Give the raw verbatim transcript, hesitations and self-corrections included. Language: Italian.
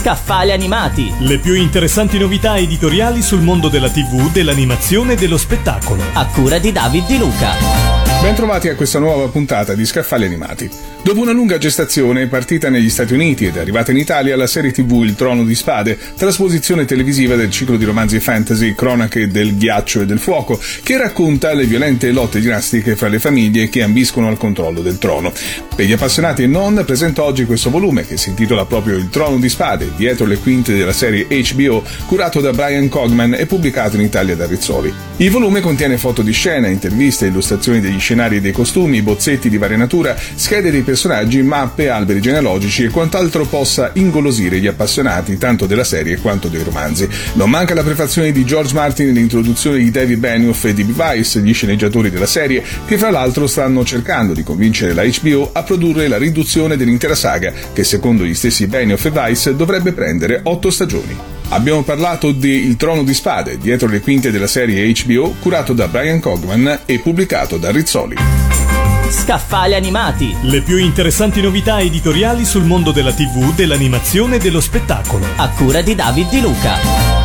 Scaffali animati. Le più interessanti novità editoriali sul mondo della tivù, dell'animazione e dello spettacolo. A cura di David Di Luca. Bentrovati a questa nuova puntata di Scaffali animati. Dopo una lunga gestazione è partita negli Stati Uniti ed è arrivata in Italia la serie tivù Il Trono di Spade, trasposizione televisiva del ciclo di romanzi fantasy Cronache del Ghiaccio e del Fuoco, che racconta le violente lotte dinastiche fra le famiglie che ambiscono al controllo del trono. Per gli appassionati e non, presento oggi questo volume che si intitola proprio Il Trono di Spade, dietro le quinte della serie H B O, curato da Brian Cogman e pubblicato in Italia da Rizzoli. Il volume contiene foto di scena, interviste, illustrazioni degli scenari e dei costumi, bozzetti di varia natura, schede dei personaggi, mappe, alberi genealogici e quant'altro possa ingolosire gli appassionati tanto della serie quanto dei romanzi. Non manca la prefazione di George Martin e l'introduzione di David Benioff e D B. Weiss, gli sceneggiatori della serie, che fra l'altro stanno cercando di convincere la H B O a produrre la riduzione dell'intera saga, che secondo gli stessi Benioff e Weiss dovrebbe prendere otto stagioni. Abbiamo parlato di Il Trono di Spade, dietro le quinte della serie H B O, curato da Brian Cogman e pubblicato da Rizzoli. Scaffali animati. Le più interessanti novità editoriali sul mondo della tivù, dell'animazione e dello spettacolo. A cura di David Di Luca.